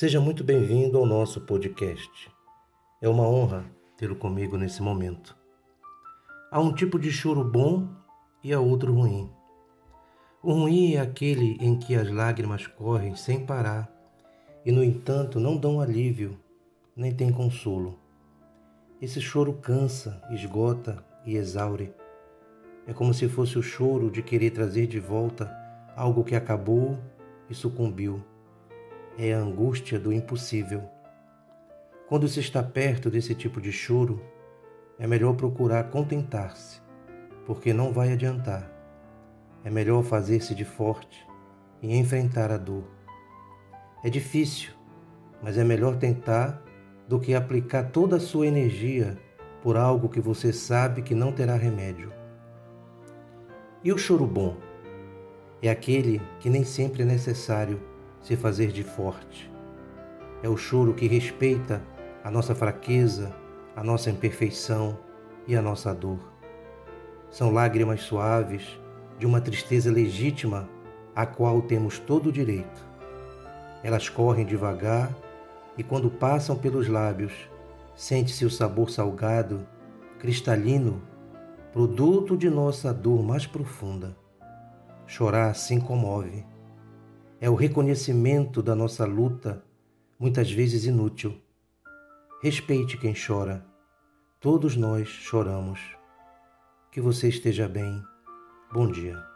Seja muito bem-vindo ao nosso podcast. É uma honra tê-lo comigo nesse momento. Há um tipo de choro bom e há outro ruim. O ruim é aquele em que as lágrimas correm sem parar e, no entanto, não dão alívio, nem tem consolo. Esse choro cansa, esgota e exaure. É como se fosse o choro de querer trazer de volta algo que acabou e sucumbiu. É a angústia do impossível. Quando se está perto desse tipo de choro, é melhor procurar contentar-se, porque não vai adiantar. É melhor fazer-se de forte e enfrentar a dor. É difícil, mas é melhor tentar do que aplicar toda a sua energia por algo que você sabe que não terá remédio. E o choro bom? É aquele que nem sempre é necessário se fazer de forte. É o choro que respeita a nossa fraqueza, a nossa imperfeição e a nossa dor. São lágrimas suaves de uma tristeza legítima à qual temos todo o direito. Elas correm devagar e, quando passam pelos lábios, sente-se o sabor salgado, cristalino, produto de nossa dor mais profunda. Chorar assim comove. É o reconhecimento da nossa luta, muitas vezes inútil. Respeite quem chora. Todos nós choramos. Que você esteja bem. Bom dia.